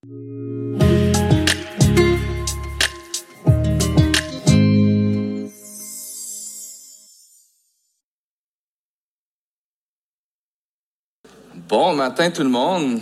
Bon matin tout le monde.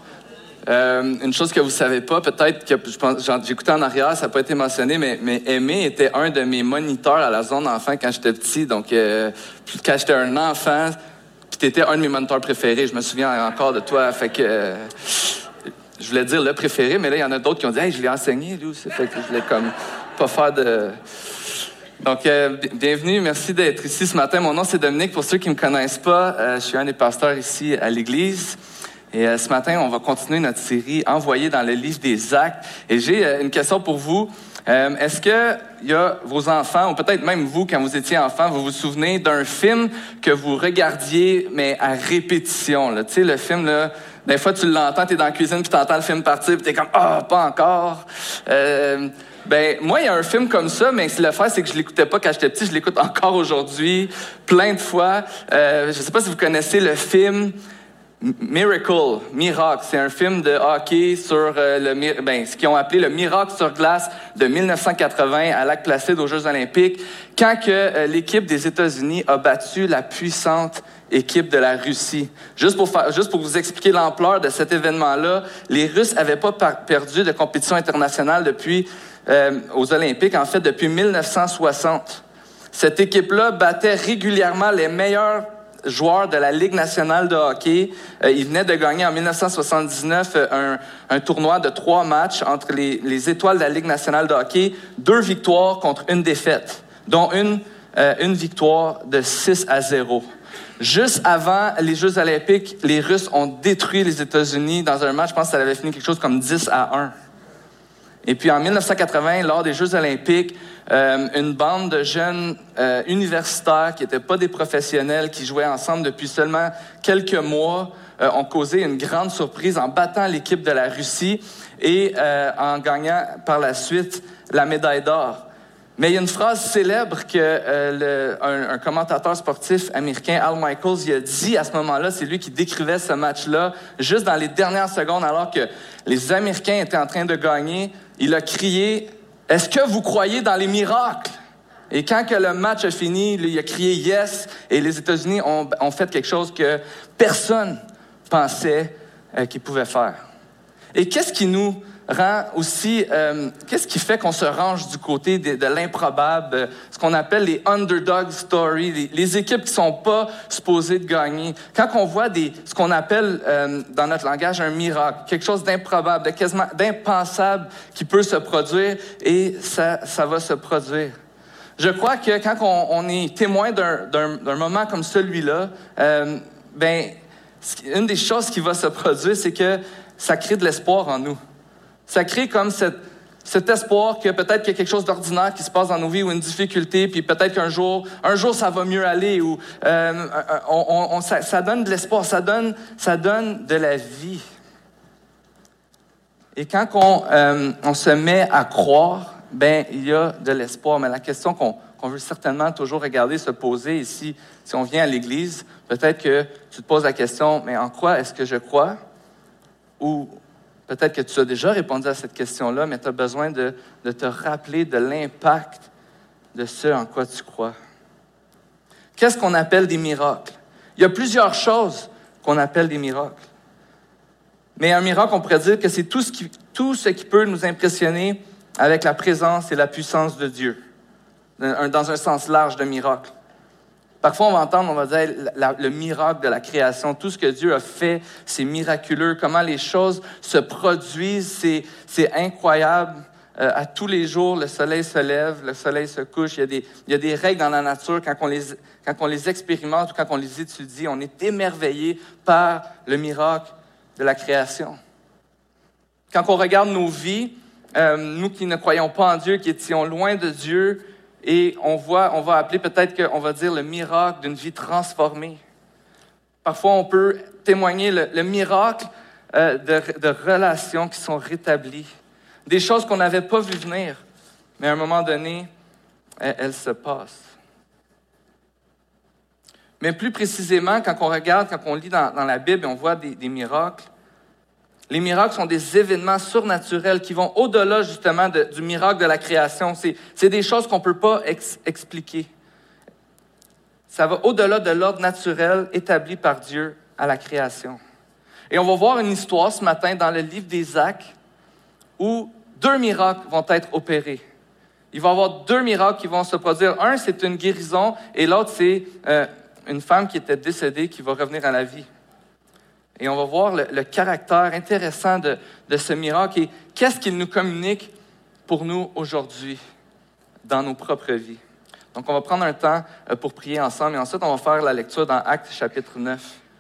Une chose que vous savez pas, peut-être que j'écoutais en arrière, ça n'a pas été mentionné, mais Aimé était un de mes moniteurs à la zone enfant quand j'étais petit. Donc, quand j'étais un enfant, puis t'étais un de mes moniteurs préférés. Je me souviens encore de toi. Fait que je voulais dire le préféré, mais là, il y en a d'autres qui ont dit « Hey, je l'ai enseigné, lui aussi. » Fait que je voulais comme pas faire de... Donc, bienvenue, merci d'être ici ce matin. Mon nom, c'est Dominique. Pour ceux qui ne me connaissent pas, je suis un des pasteurs ici à l'Église. Et ce matin, on va continuer notre série « Envoyé dans le livre des Actes ». Et j'ai une question pour vous. Est-ce que il y a vos enfants, ou peut-être même vous, quand vous étiez enfant, vous vous souvenez d'un film que vous regardiez, mais à répétition, là? Tu sais, le film, là, des fois, tu l'entends, t'es dans la cuisine, puis t'entends le film partir, puis t'es comme « Ah, pas encore! » Moi, il y a un film comme ça, mais le fait, c'est que je l'écoutais pas quand j'étais petit, je l'écoute encore aujourd'hui, plein de fois. Je sais pas si vous connaissez le film Miracle. C'est un film de hockey sur ce qu'ils ont appelé le miracle sur glace de 1980 à Lac-Placide aux Jeux Olympiques, quand que l'équipe des États-Unis a battu la puissante équipe de la Russie. Juste pour vous expliquer l'ampleur de cet événement-là, les Russes avaient pas perdu de compétition internationale depuis aux Olympiques, en fait, depuis 1960. Cette équipe-là battait régulièrement les meilleurs joueurs de la Ligue nationale de hockey. Ils venaient de gagner en 1979 un tournoi de 3 matchs entre les étoiles de la Ligue nationale de hockey, 2 victoires contre 1 défaite, dont une victoire de 6-0. Juste avant les Jeux olympiques, les Russes ont détruit les États-Unis dans un match, je pense que ça avait fini quelque chose comme 10-1. Et puis en 1980, lors des Jeux olympiques, une bande de jeunes universitaires qui n'étaient pas des professionnels, qui jouaient ensemble depuis seulement quelques mois, ont causé une grande surprise en battant l'équipe de la Russie et en gagnant par la suite la médaille d'or. Mais il y a une phrase célèbre que un commentateur sportif américain, Al Michaels, il a dit à ce moment-là, c'est lui qui décrivait ce match-là, juste dans les dernières secondes, alors que les Américains étaient en train de gagner, il a crié « Est-ce que vous croyez dans les miracles? » Et quand que le match a fini, il a crié « Yes » et les États-Unis ont fait quelque chose que personne pensait qu'ils pouvaient faire. Et qu'est-ce qui nous rend aussi... qu'est-ce qui fait qu'on se range du côté de l'improbable, ce qu'on appelle les underdog stories, les équipes qui sont pas supposées de gagner. Quand on voit ce qu'on appelle dans notre langage un miracle, quelque chose d'improbable, de quasiment d'impensable qui peut se produire, et ça va se produire. Je crois que quand on est témoin d'un moment comme celui-là, une des choses qui va se produire, c'est que ça crée de l'espoir en nous. Ça crée comme cet espoir que peut-être qu'il y a quelque chose d'ordinaire qui se passe dans nos vies ou une difficulté, puis peut-être qu'un jour ça va mieux aller, ou ça donne de l'espoir, ça donne de la vie. Et quand on se met à croire, il y a de l'espoir. Mais la question qu'on veut certainement toujours regarder se poser ici, si on vient à l'Église, peut-être que tu te poses la question, mais en quoi est-ce que je crois? Ou peut-être que tu as déjà répondu à cette question-là, mais tu as besoin de te rappeler de l'impact de ce en quoi tu crois. Qu'est-ce qu'on appelle des miracles? Il y a plusieurs choses qu'on appelle des miracles. Mais un miracle, on pourrait dire que c'est tout ce qui peut nous impressionner avec la présence et la puissance de Dieu, dans un sens large de miracle. Parfois, on va dire le miracle de la création. Tout ce que Dieu a fait, c'est miraculeux. Comment les choses se produisent, c'est incroyable. À tous les jours, le soleil se lève, le soleil se couche. Il y a des règles dans la nature. Quand on les expérimente ou quand on les étudie, on est émerveillé par le miracle de la création. Quand on regarde nos vies, nous qui ne croyons pas en Dieu, qui étions loin de Dieu, et on va appeler peut-être qu'on va dire le miracle d'une vie transformée. Parfois, on peut témoigner le miracle de relations qui sont rétablies. Des choses qu'on n'avait pas vues venir, mais à un moment donné, elles se passent. Mais plus précisément, quand on lit dans la Bible et on voit des miracles, Les miracles sont des événements surnaturels qui vont au-delà justement du miracle de la création. C'est des choses qu'on ne peut pas expliquer. Ça va au-delà de l'ordre naturel établi par Dieu à la création. Et on va voir une histoire ce matin dans le livre des Actes où 2 miracles vont être opérés. Il va y avoir 2 miracles qui vont se produire. Un, c'est une guérison et l'autre, c'est une femme qui était décédée qui va revenir à la vie. Et on va voir le caractère intéressant de ce miracle et qu'est-ce qu'il nous communique pour nous aujourd'hui dans nos propres vies. Donc, on va prendre un temps pour prier ensemble et ensuite, on va faire la lecture dans Actes chapitre 9.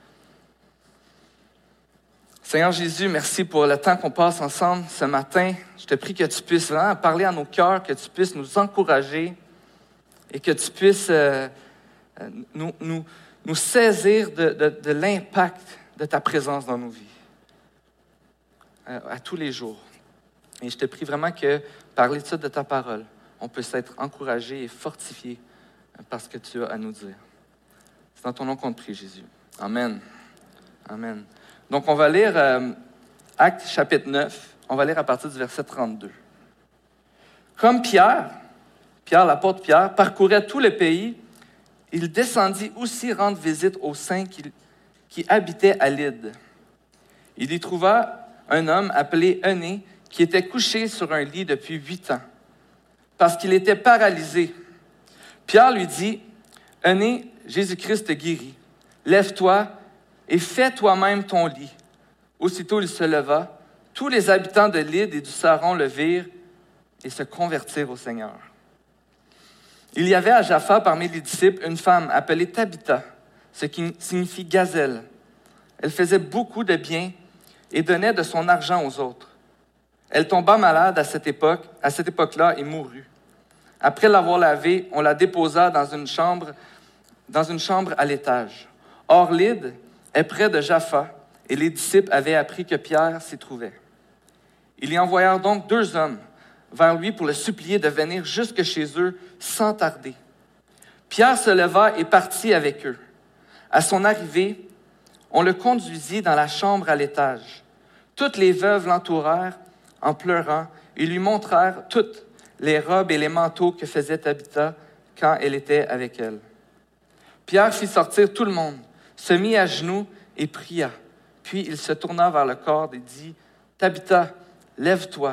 Seigneur Jésus, merci pour le temps qu'on passe ensemble ce matin. Je te prie que tu puisses vraiment parler à nos cœurs, que tu puisses nous encourager et que tu puisses nous saisir de l'impact de ta présence dans nos vies à tous les jours. Et je te prie vraiment que par l'étude de ta parole, on puisse être encouragé et fortifié par ce que tu as à nous dire. C'est dans ton nom qu'on te prie, Jésus. Amen. Amen. Donc, on va lire Actes chapitre 9. On va lire à partir du verset 32. Comme Pierre, l'apôtre Pierre, parcourait tout le pays, il descendit aussi rendre visite aux saints qui habitaient à Lyde. Il y trouva un homme appelé Eunée qui était couché sur un lit depuis 8 ans, parce qu'il était paralysé. Pierre lui dit, « Eunée, Jésus-Christ te guérit. Lève-toi et fais toi-même ton lit. » Aussitôt il se leva. Tous les habitants de Lyde et du Saron le virent et se convertirent au Seigneur. Il y avait à Jaffa parmi les disciples une femme appelée Tabitha, ce qui signifie gazelle. Elle faisait beaucoup de bien et donnait de son argent aux autres. Elle tomba malade à cette époque-là et mourut. Après l'avoir lavée, on la déposa dans une chambre à l'étage. Or, Lyde est près de Jaffa, et les disciples avaient appris que Pierre s'y trouvait. Ils y envoyèrent donc 2 hommes vers lui pour le supplier de venir jusque chez eux sans tarder. Pierre se leva et partit avec eux. À son arrivée, on le conduisit dans la chambre à l'étage. Toutes les veuves l'entourèrent en pleurant et lui montrèrent toutes les robes et les manteaux que faisait Tabitha quand elle était avec elle. Pierre fit sortir tout le monde, se mit à genoux et pria. Puis il se tourna vers le corps et dit, « Tabitha, lève-toi. »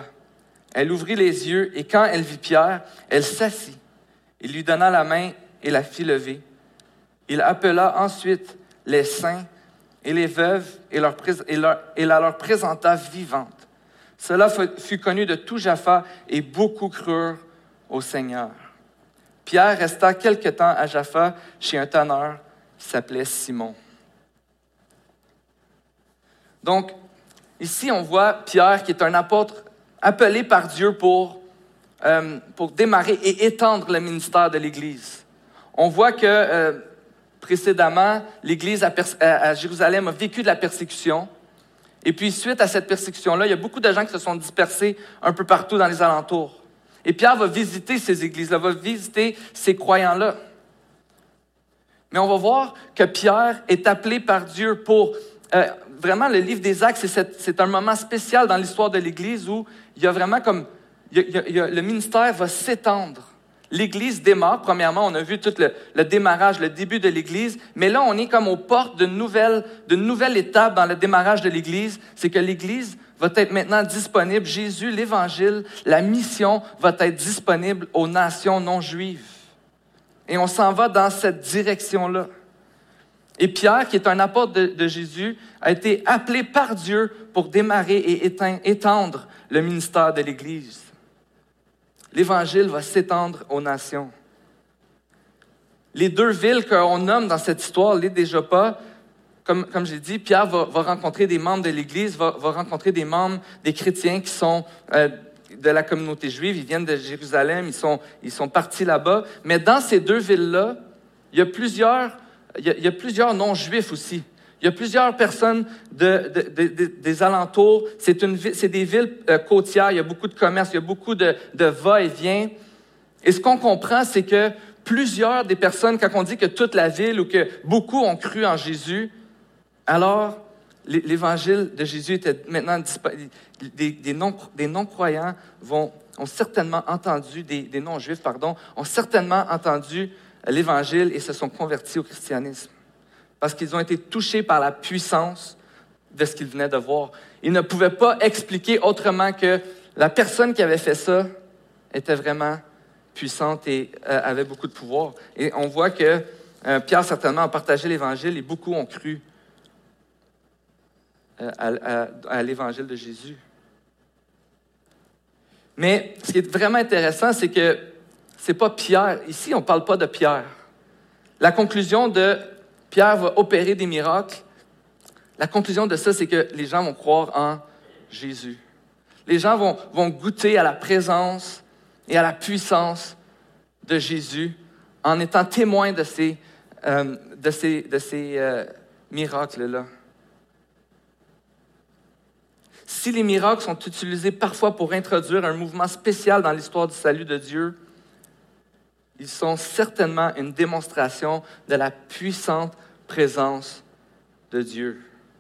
Elle ouvrit les yeux et quand elle vit Pierre, elle s'assit. Il lui donna la main et la fit lever. Il appela ensuite les saints et les veuves et la leur présenta vivante. Cela fut connu de tout Jaffa et beaucoup crurent au Seigneur. Pierre resta quelque temps à Jaffa chez un tanneur qui s'appelait Simon. Donc, ici, on voit Pierre qui est un apôtre appelé par Dieu pour démarrer et étendre le ministère de l'Église. On voit que précédemment, l'Église à Jérusalem a vécu de la persécution. Et puis, suite à cette persécution-là, il y a beaucoup de gens qui se sont dispersés un peu partout dans les alentours. Et Pierre va visiter ces églises-là, va visiter ces croyants-là. Mais on va voir que Pierre est appelé par Dieu pour... vraiment, le livre des Actes, c'est un moment spécial dans l'histoire de l'Église où il y a vraiment comme... le ministère va s'étendre. L'Église démarre. Premièrement, on a vu tout le démarrage, le début de l'Église. Mais là, on est comme aux portes d'une nouvelle étape dans le démarrage de l'Église. C'est que l'Église va être maintenant disponible. Jésus, l'Évangile, la mission va être disponible aux nations non juives. Et on s'en va dans cette direction-là. Et Pierre, qui est un apôtre de Jésus, a été appelé par Dieu pour démarrer et étendre le ministère de l'Église. L'Évangile va s'étendre aux nations. Les 2 villes qu'on nomme dans cette histoire, Lyde et Joppa, comme j'ai dit, Pierre va rencontrer des membres de l'Église, va rencontrer des membres, des chrétiens qui sont de la communauté juive. Ils viennent de Jérusalem, ils sont partis là-bas. Mais dans ces 2 villes-là, il y a plusieurs non-juifs aussi. Il y a plusieurs personnes des alentours. C'est des villes côtières. Il y a beaucoup de commerce. Il y a beaucoup de va-et-vient. Et ce qu'on comprend, c'est que plusieurs des personnes, quand on dit que toute la ville ou que beaucoup ont cru en Jésus, alors l'évangile de Jésus était maintenant disponible. Des non-croyants ont certainement entendu, des non-juifs, ont certainement entendu l'évangile et se sont convertis au christianisme. Parce qu'ils ont été touchés par la puissance de ce qu'ils venaient de voir. Ils ne pouvaient pas expliquer autrement que la personne qui avait fait ça était vraiment puissante et avait beaucoup de pouvoir. Et on voit que Pierre certainement a partagé l'évangile et beaucoup ont cru à l'évangile de Jésus. Mais ce qui est vraiment intéressant, c'est que c'est pas Pierre. Ici, on ne parle pas de Pierre. La conclusion de Pierre va opérer des miracles. La conclusion de ça, c'est que les gens vont croire en Jésus. Les gens vont goûter à la présence et à la puissance de Jésus en étant témoins de ces miracles-là. Si les miracles sont utilisés parfois pour introduire un mouvement spécial dans l'histoire du salut de Dieu, ils sont certainement une démonstration de la puissante présence de Dieu.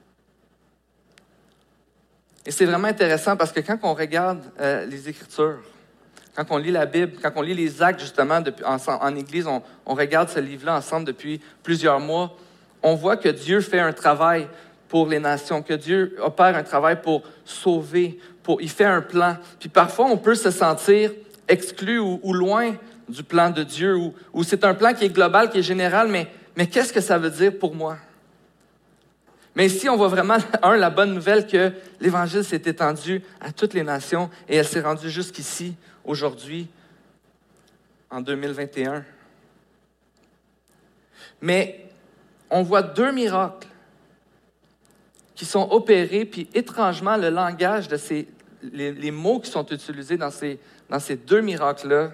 Et c'est vraiment intéressant parce que quand on regarde les Écritures, quand on lit la Bible, quand on lit les Actes, justement, en Église, on regarde ce livre-là ensemble depuis plusieurs mois, on voit que Dieu fait un travail pour les nations, que Dieu opère un travail pour sauver, il fait un plan. Puis parfois, on peut se sentir exclu ou loin du plan de Dieu, ou c'est un plan qui est global, qui est général, mais qu'est-ce que ça veut dire pour moi? Mais ici, on voit vraiment, la bonne nouvelle que l'Évangile s'est étendu à toutes les nations et elle s'est rendue jusqu'ici, aujourd'hui, en 2021. Mais on voit 2 miracles qui sont opérés, puis étrangement, le langage de les mots qui sont utilisés dans ces 2 miracles-là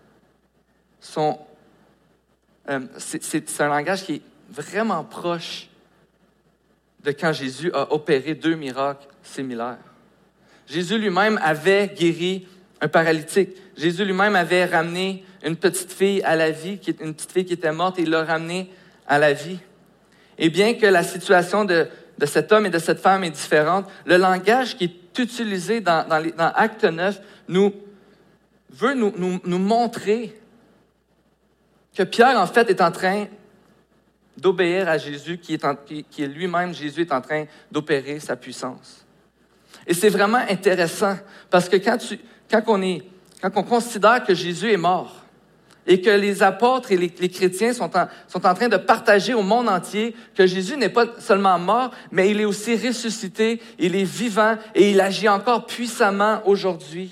c'est un langage qui est vraiment proche de quand Jésus a opéré 2 miracles similaires. Jésus lui-même avait guéri un paralytique. Jésus lui-même avait ramené une petite fille à la vie, une petite fille qui était morte, et il l'a ramenée à la vie. Et bien que la situation de cet homme et de cette femme est différente, le langage qui est utilisé dans Acte 9 veut nous montrer que Pierre, en fait, est en train d'obéir à Jésus, qui est lui-même, Jésus est en train d'opérer sa puissance. Et c'est vraiment intéressant, parce que quand on considère que Jésus est mort, et que les apôtres et les chrétiens sont en train de partager au monde entier que Jésus n'est pas seulement mort, mais il est aussi ressuscité, il est vivant, et il agit encore puissamment aujourd'hui.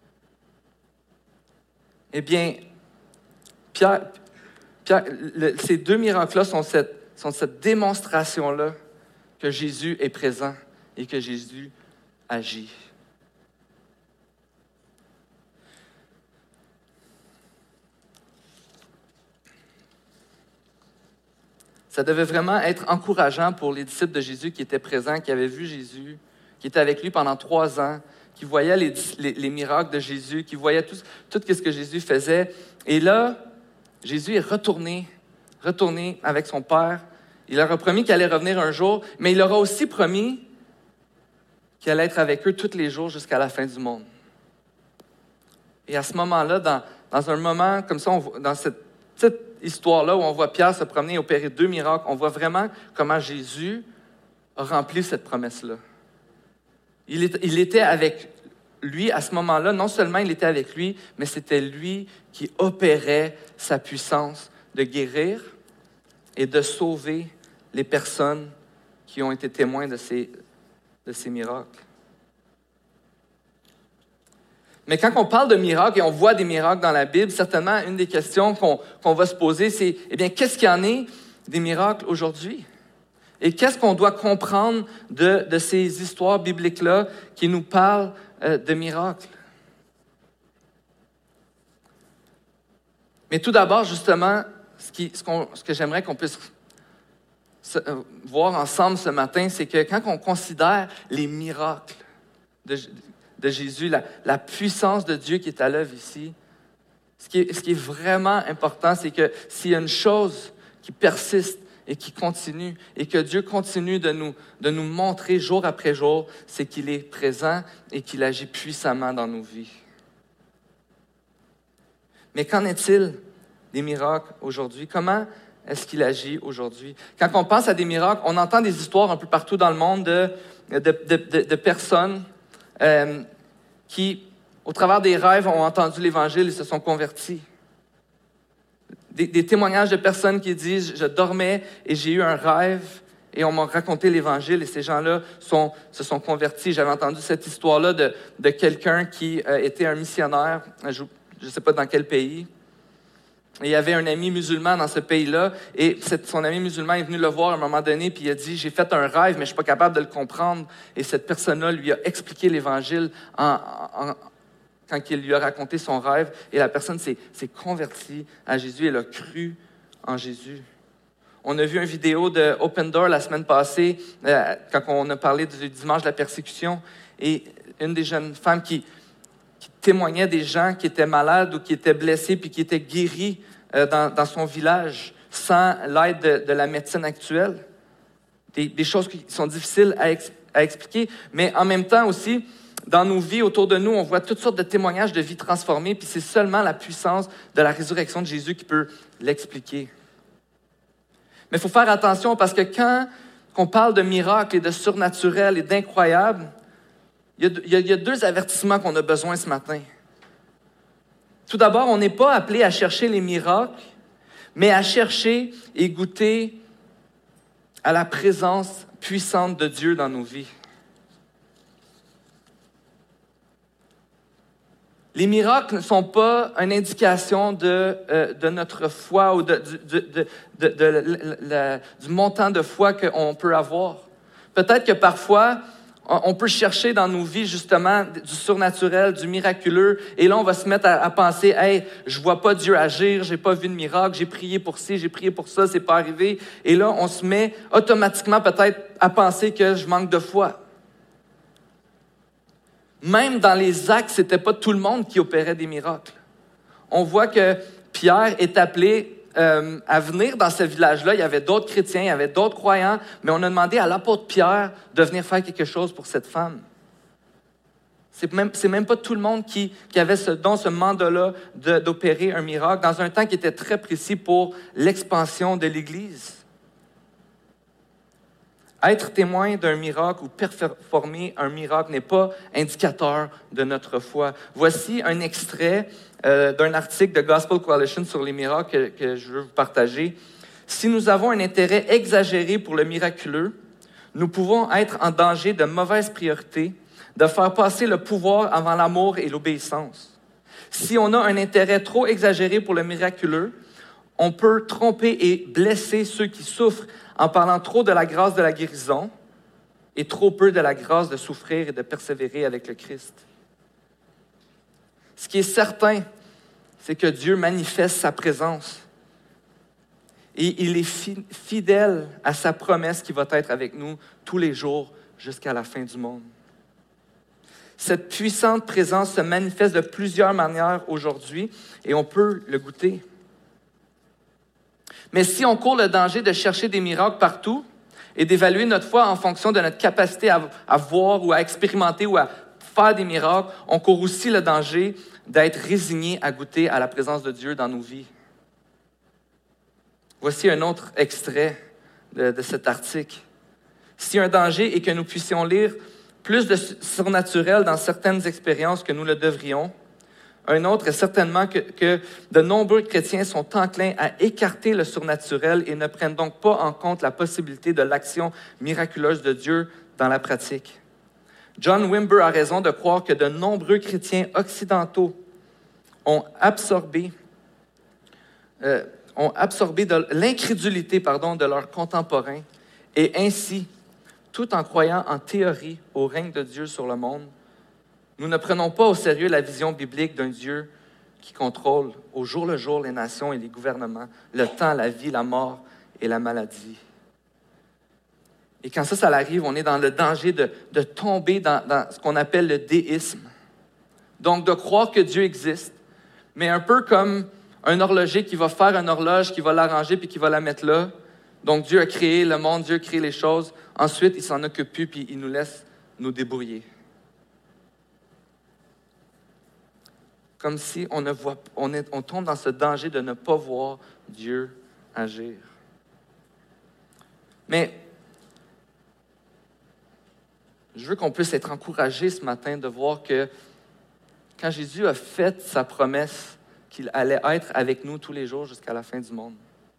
Eh bien, ces 2 miracles-là sont cette démonstration-là que Jésus est présent et que Jésus agit. Ça devait vraiment être encourageant pour les disciples de Jésus qui étaient présents, qui avaient vu Jésus, qui étaient avec lui pendant 3 ans, qui voyaient les miracles de Jésus, qui voyaient tout ce que Jésus faisait. Et là, Jésus est retourné avec son Père. Il leur a promis qu'il allait revenir un jour, mais il leur a aussi promis qu'il allait être avec eux tous les jours jusqu'à la fin du monde. Et à ce moment-là, dans un moment comme ça, dans cette petite histoire-là où on voit Pierre se promener et opérer 2 miracles, on voit vraiment comment Jésus a rempli cette promesse-là. Il était avec lui à ce moment-là. Non seulement il était avec lui, mais c'était lui qui opérait sa puissance de guérir et de sauver les personnes qui ont été témoins de ces miracles. Mais quand on parle de miracles et on voit des miracles dans la Bible, certainement, une des questions qu'on va se poser, c'est, qu'est-ce qu'il y en est des miracles aujourd'hui? Et qu'est-ce qu'on doit comprendre de ces histoires bibliques-là qui nous parlent de miracles? Mais tout d'abord, justement, ce que j'aimerais qu'on puisse voir ensemble ce matin, c'est que quand on considère les miracles de Jésus, la puissance de Dieu qui est à l'œuvre ici, ce qui est vraiment important, c'est que s'il y a une chose qui persiste et qui continue, et que Dieu continue de nous montrer jour après jour, c'est qu'il est présent et qu'il agit puissamment dans nos vies. Mais qu'en est-il des miracles aujourd'hui? Comment est-ce qu'il agit aujourd'hui? Quand on pense à des miracles, on entend des histoires un peu partout dans le monde de personnes qui, au travers des rêves, ont entendu l'Évangile et se sont convertis. Des témoignages de personnes qui disent « Je dormais et j'ai eu un rêve et on m'a raconté l'Évangile et ces gens-là se sont convertis. » J'avais entendu cette histoire-là de quelqu'un qui était un missionnaire, je ne sais pas dans quel pays. Et il y avait un ami musulman dans ce pays-là et son ami musulman est venu le voir à un moment donné puis il a dit « J'ai fait un rêve, mais je ne suis pas capable de le comprendre. » Et cette personne-là lui a expliqué l'Évangile quand il lui a raconté son rêve, et la personne s'est convertie à Jésus, elle a cru en Jésus. On a vu une vidéo de Open Door la semaine passée, quand on a parlé du dimanche de la persécution, et une des jeunes femmes qui témoignait des gens qui étaient malades ou qui étaient blessés, puis qui étaient guéris dans son village, sans l'aide de la médecine actuelle. Des choses qui sont difficiles à expliquer, mais en même temps aussi, dans nos vies, autour de nous, on voit toutes sortes de témoignages de vies transformées, puis c'est seulement la puissance de la résurrection de Jésus qui peut l'expliquer. Mais il faut faire attention parce que quand on parle de miracles et de surnaturel et d'incroyable, il y a deux avertissements qu'on a besoin ce matin. Tout d'abord, on n'est pas appelé à chercher les miracles, mais à chercher et goûter à la présence puissante de Dieu dans nos vies. Les miracles ne sont pas une indication de notre foi ou du montant de foi qu'on peut avoir. Peut-être que parfois, on peut chercher dans nos vies justement du surnaturel, du miraculeux, et là on va se mettre à penser « Hey, je vois pas Dieu agir, j'ai pas vu de miracle, j'ai prié pour ci, j'ai prié pour ça, c'est pas arrivé. » Et là, on se met automatiquement peut-être à penser que je manque de foi. Même dans les actes, ce n'était pas tout le monde qui opérait des miracles. On voit que Pierre est appelé à venir dans ce village-là. Il y avait d'autres chrétiens, il y avait d'autres croyants, mais on a demandé à l'apôtre Pierre de venir faire quelque chose pour cette femme. C'est même pas tout le monde qui avait ce mandat-là d'opérer un miracle dans un temps qui était très précis pour l'expansion de l'Église. Être témoin d'un miracle ou performer un miracle n'est pas indicateur de notre foi. Voici un extrait d'un article de Gospel Coalition sur les miracles que je veux vous partager. Si nous avons un intérêt exagéré pour le miraculeux, nous pouvons être en danger de mauvaises priorités, de faire passer le pouvoir avant l'amour et l'obéissance. Si on a un intérêt trop exagéré pour le miraculeux, on peut tromper et blesser ceux qui souffrent en parlant trop de la grâce de la guérison et trop peu de la grâce de souffrir et de persévérer avec le Christ. Ce qui est certain, c'est que Dieu manifeste sa présence et il est fidèle à sa promesse qui va être avec nous tous les jours jusqu'à la fin du monde. Cette puissante présence se manifeste de plusieurs manières aujourd'hui et on peut le goûter. Mais si on court le danger de chercher des miracles partout et d'évaluer notre foi en fonction de notre capacité à voir ou à expérimenter ou à faire des miracles, on court aussi le danger d'être résigné à goûter à la présence de Dieu dans nos vies. Voici un autre extrait de cet article. Si un danger est que nous puissions lire plus de surnaturel dans certaines expériences que nous le devrions, un autre est certainement que de nombreux chrétiens sont enclins à écarter le surnaturel et ne prennent donc pas en compte la possibilité de l'action miraculeuse de Dieu dans la pratique. John Wimber a raison de croire que de nombreux chrétiens occidentaux ont absorbé de l'incrédulité de leurs contemporains et ainsi, tout en croyant en théorie au règne de Dieu sur le monde, nous ne prenons pas au sérieux la vision biblique d'un Dieu qui contrôle au jour le jour les nations et les gouvernements, le temps, la vie, la mort et la maladie. Et quand ça arrive, on est dans le danger de tomber dans ce qu'on appelle le déisme. Donc, de croire que Dieu existe, mais un peu comme un horloger qui va faire une horloge, qui va l'arranger puis qui va la mettre là, Donc Dieu a créé le monde, Dieu a créé les choses. Ensuite, il s'en occupe plus, puis il nous laisse nous débrouiller. Comme si on tombe dans ce danger de ne pas voir Dieu agir. Mais je veux qu'on puisse être encouragés ce matin de voir que quand Jésus a fait sa promesse qu'il allait être avec nous tous les jours jusqu'à la fin du monde,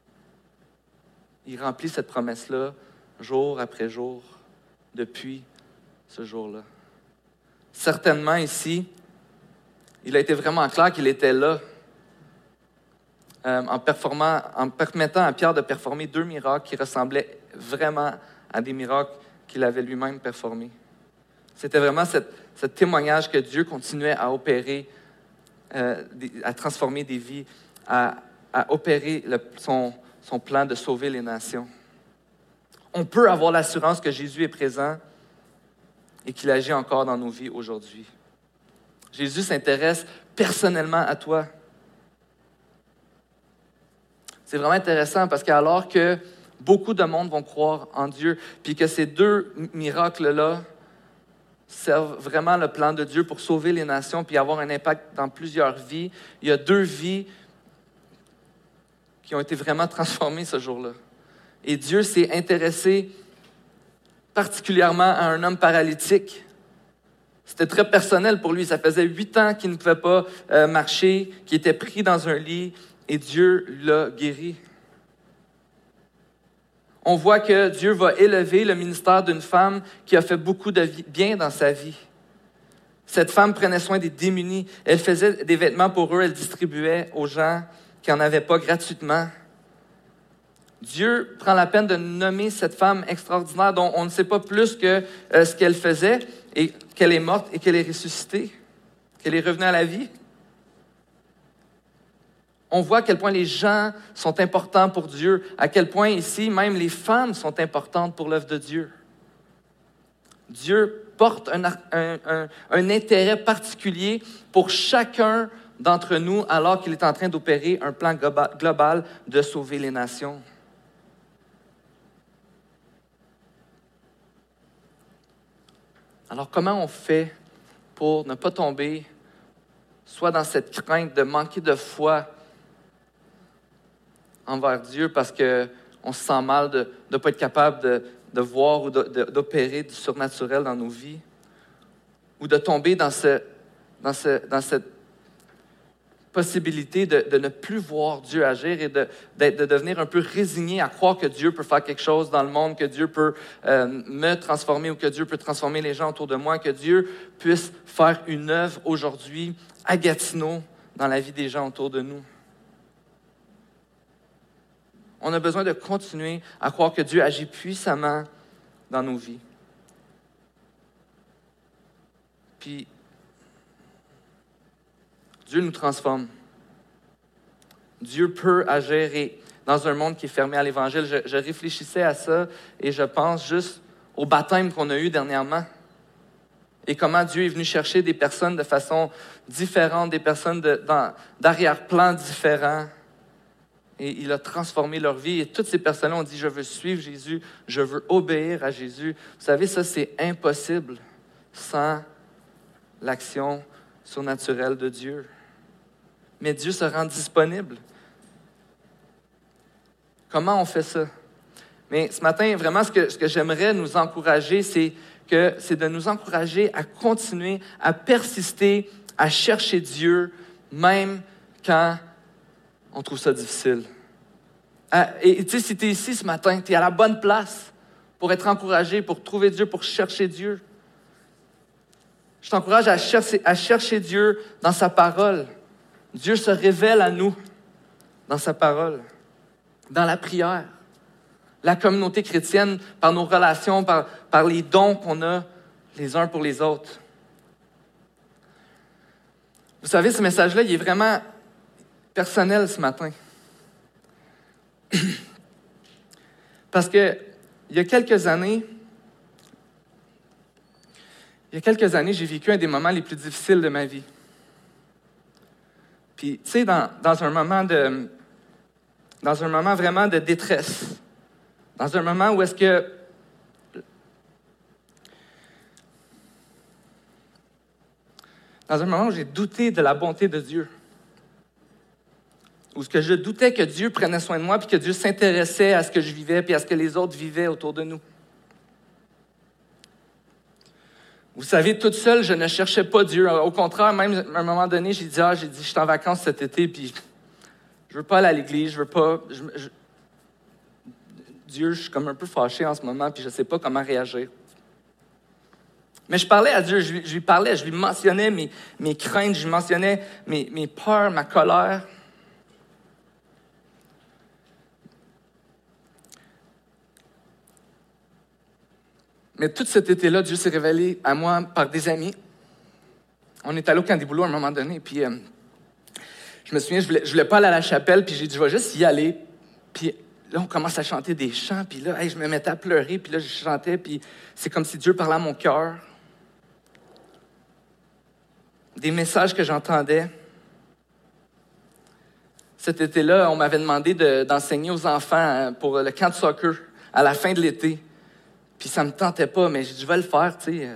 il remplit cette promesse-là jour après jour depuis ce jour-là. Certainement ici, il a été vraiment clair qu'il était là en permettant à Pierre de performer 2 miracles qui ressemblaient vraiment à des miracles qu'il avait lui-même performés. C'était vraiment ce témoignage que Dieu continuait à opérer, à transformer des vies, à opérer son plan de sauver les nations. On peut avoir l'assurance que Jésus est présent et qu'il agit encore dans nos vies aujourd'hui. Jésus s'intéresse personnellement à toi. C'est vraiment intéressant parce qu'alors que beaucoup de monde vont croire en Dieu, puis que ces 2 miracles-là servent vraiment le plan de Dieu pour sauver les nations puis avoir un impact dans plusieurs vies, il y a 2 vies qui ont été vraiment transformées ce jour-là. Et Dieu s'est intéressé particulièrement à un homme paralytique. C'était très personnel pour lui. Ça faisait 8 ans qu'il ne pouvait pas marcher, qu'il était pris dans un lit, et Dieu l'a guéri. On voit que Dieu va élever le ministère d'une femme qui a fait beaucoup de bien dans sa vie. Cette femme prenait soin des démunis. Elle faisait des vêtements pour eux, elle distribuait aux gens qui n'en avaient pas gratuitement. Dieu prend la peine de nommer cette femme extraordinaire dont on ne sait pas plus que ce qu'elle faisait et qu'elle est morte et qu'elle est ressuscitée, qu'elle est revenue à la vie. On voit à quel point les gens sont importants pour Dieu, à quel point ici, même les femmes sont importantes pour l'œuvre de Dieu. Dieu porte un intérêt particulier pour chacun d'entre nous alors qu'il est en train d'opérer un plan global de sauver les nations. Alors, comment on fait pour ne pas tomber soit dans cette crainte de manquer de foi envers Dieu parce qu'on se sent mal de ne pas être capable de voir ou d'opérer du surnaturel dans nos vies, ou de tomber dans cette possibilité de ne plus voir Dieu agir et de devenir un peu résigné à croire que Dieu peut faire quelque chose dans le monde, que Dieu peut me transformer ou que Dieu peut transformer les gens autour de moi, que Dieu puisse faire une œuvre aujourd'hui à Gatineau dans la vie des gens autour de nous. On a besoin de continuer à croire que Dieu agit puissamment dans nos vies. Puis, Dieu nous transforme. Dieu peut agir dans un monde qui est fermé à l'Évangile. Je réfléchissais à ça et je pense juste au baptême qu'on a eu dernièrement et comment Dieu est venu chercher des personnes de façon différente, des personnes d'arrière-plan différents. Et il a transformé leur vie. Et toutes ces personnes-là ont dit, je veux suivre Jésus, je veux obéir à Jésus. Vous savez, ça, c'est impossible sans l'action surnaturelle de Dieu. Mais Dieu se rend disponible. Comment on fait ça? Mais ce matin, vraiment, ce que j'aimerais nous encourager, c'est de nous encourager à continuer à persister, à chercher Dieu, même quand on trouve ça difficile. Et tu sais, si tu es ici ce matin, tu es à la bonne place pour être encouragé, pour trouver Dieu, pour chercher Dieu. Je t'encourage à chercher Dieu dans sa parole. Dieu se révèle à nous dans sa parole, dans la prière. La communauté chrétienne, par nos relations, par les dons qu'on a les uns pour les autres. Vous savez, ce message-là, il est vraiment personnel ce matin. Parce que il y a quelques années, j'ai vécu un des moments les plus difficiles de ma vie. Puis, tu sais, dans un moment vraiment de détresse, Dans un moment où est-ce que dans un moment où j'ai douté de la bonté de Dieu, où ce que je doutais que Dieu prenait soin de moi, puis que Dieu s'intéressait à ce que je vivais, puis à ce que les autres vivaient autour de nous. Vous savez, toute seule, je ne cherchais pas Dieu. Au contraire, même à un moment donné, j'ai dit, je suis en vacances cet été, puis je veux pas aller à l'église, je veux pas... Dieu, je suis comme un peu fâché en ce moment, puis je sais pas comment réagir. Mais je parlais à Dieu, je lui parlais, je lui mentionnais mes craintes, je lui mentionnais mes peurs, ma colère. Mais tout cet été-là, Dieu s'est révélé à moi par des amis. On est allé au camp des boulots à un moment donné, puis je me souviens, je voulais pas aller à la chapelle, puis j'ai dit, je vais juste y aller. Puis là, on commence à chanter des chants, puis là, je me mettais à pleurer, puis là, je chantais, puis c'est comme si Dieu parlait à mon cœur. Des messages que j'entendais. Cet été-là, on m'avait demandé d'enseigner aux enfants pour le camp de soccer à la fin de l'été. Puis ça me tentait pas, mais j'ai dit, je vais le faire, tu sais.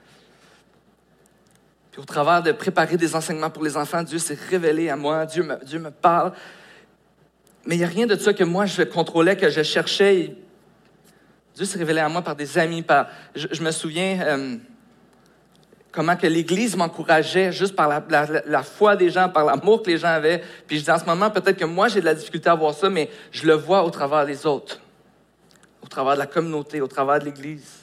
Puis au travers de préparer des enseignements pour les enfants, Dieu s'est révélé à moi, Dieu me parle. Mais il n'y a rien de ça que moi je contrôlais, que je cherchais. Dieu s'est révélé à moi par des amis. Je me souviens comment que l'Église m'encourageait juste par la foi des gens, par l'amour que les gens avaient. Puis je dis, en ce moment, peut-être que moi j'ai de la difficulté à voir ça, mais je le vois au travers des autres. Au travers de la communauté, au travers de l'Église.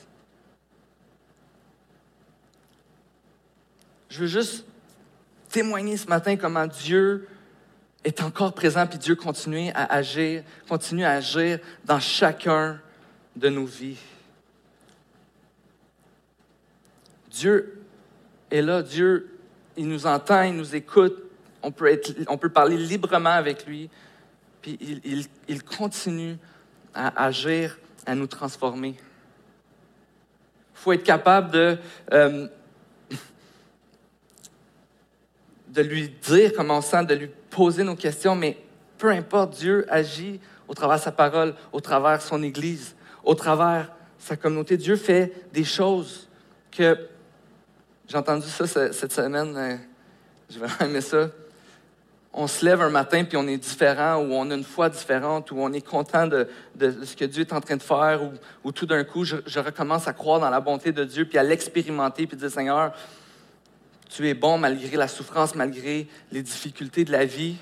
Je veux juste témoigner ce matin comment Dieu est encore présent, puis Dieu continue à agir dans chacun de nos vies. Dieu est là, Dieu, il nous entend, il nous écoute, on peut parler librement avec lui, puis il continue à agir, à nous transformer. Il faut être capable de lui dire comment on sent, de lui poser nos questions, mais peu importe, Dieu agit au travers de sa parole, au travers de son Église, au travers de sa communauté. Dieu fait des choses que... J'ai entendu ça cette semaine, j'ai vraiment aimé ça. On se lève un matin puis on est différent, ou on a une foi différente, ou on est content de ce que Dieu est en train de faire, ou tout d'un coup, je recommence à croire dans la bonté de Dieu, puis à l'expérimenter, puis dire, Seigneur, tu es bon malgré la souffrance, malgré les difficultés de la vie.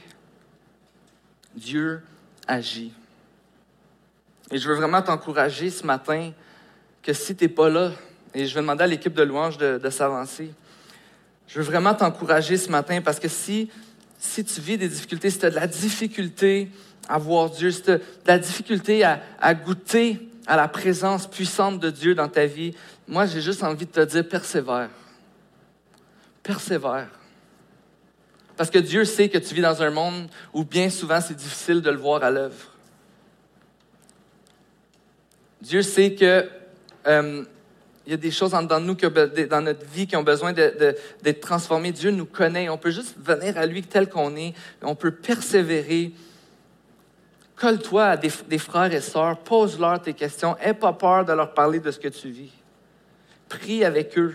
Dieu agit. Et je veux vraiment t'encourager ce matin que si tu n'es pas là, et je vais demander à l'équipe de louange de s'avancer, je veux vraiment t'encourager ce matin parce que si tu vis des difficultés, si tu as de la difficulté à voir Dieu, si tu as de la difficulté à goûter à la présence puissante de Dieu dans ta vie, moi j'ai juste envie de te dire persévère. Persévère. Parce que Dieu sait que tu vis dans un monde où bien souvent c'est difficile de le voir à l'œuvre. Dieu sait que il y a des choses en dedans de nous, dans notre vie, qui ont besoin d'être transformées. Dieu nous connaît. On peut juste venir à lui tel qu'on est. On peut persévérer. Colle-toi à des frères et sœurs. Pose-leur tes questions. N'aie pas peur de leur parler de ce que tu vis. Prie avec eux.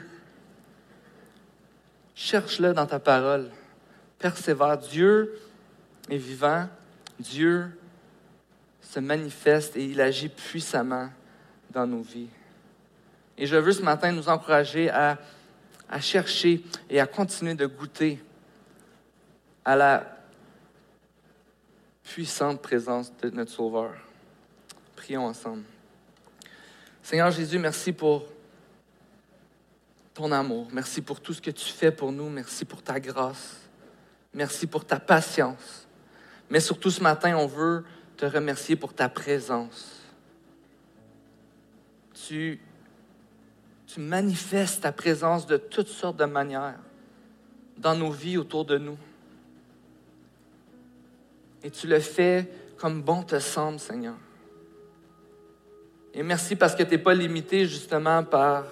Cherche-le dans ta parole. Persévère. Dieu est vivant. Dieu se manifeste et il agit puissamment dans nos vies. Et je veux ce matin nous encourager à chercher et à continuer de goûter à la puissante présence de notre Sauveur. Prions ensemble. Seigneur Jésus, merci pour ton amour. Merci pour tout ce que tu fais pour nous. Merci pour ta grâce. Merci pour ta patience. Mais surtout ce matin, on veut te remercier pour ta présence. Tu manifestes ta présence de toutes sortes de manières dans nos vies autour de nous. Et tu le fais comme bon te semble, Seigneur. Et merci parce que tu n'es pas limité justement par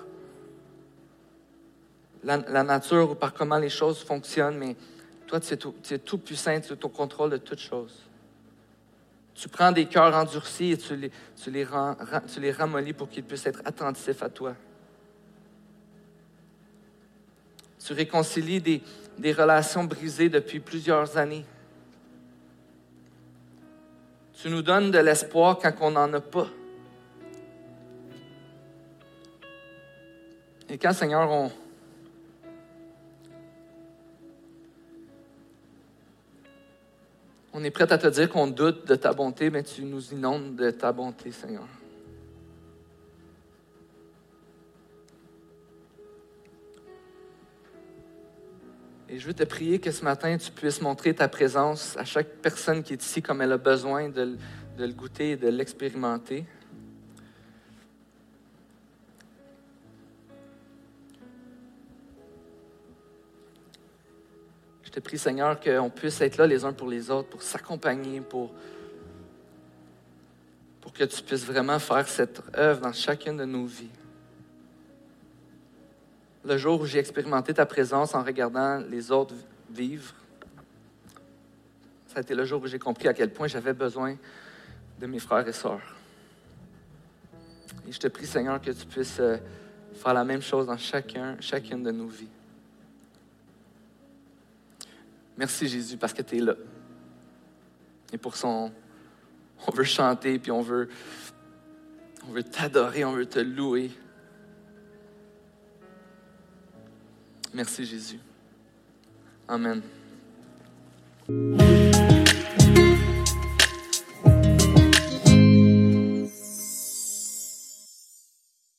la nature ou par comment les choses fonctionnent, mais toi, tu es tout puissant, tu es au contrôle de toutes choses. Tu prends des cœurs endurcis et tu les ramollis pour qu'ils puissent être attentifs à toi. Tu réconcilies des relations brisées depuis plusieurs années. Tu nous donnes de l'espoir quand on n'en a pas. Et quand, Seigneur, on est prêt à te dire qu'on doute de ta bonté, mais tu nous inondes de ta bonté, Seigneur. Et je veux te prier que ce matin, tu puisses montrer ta présence à chaque personne qui est ici comme elle a besoin de le goûter et de l'expérimenter. Je te prie, Seigneur, qu'on puisse être là les uns pour les autres, pour s'accompagner, pour que tu puisses vraiment faire cette œuvre dans chacune de nos vies. Le jour où j'ai expérimenté ta présence en regardant les autres vivre, ça a été le jour où j'ai compris à quel point j'avais besoin de mes frères et sœurs. Et je te prie, Seigneur, que tu puisses faire la même chose dans chacune de nos vies. Merci, Jésus, parce que tu es là. Et pour ça, on veut chanter, puis on veut t'adorer, on veut te louer. Merci, Jésus. Amen.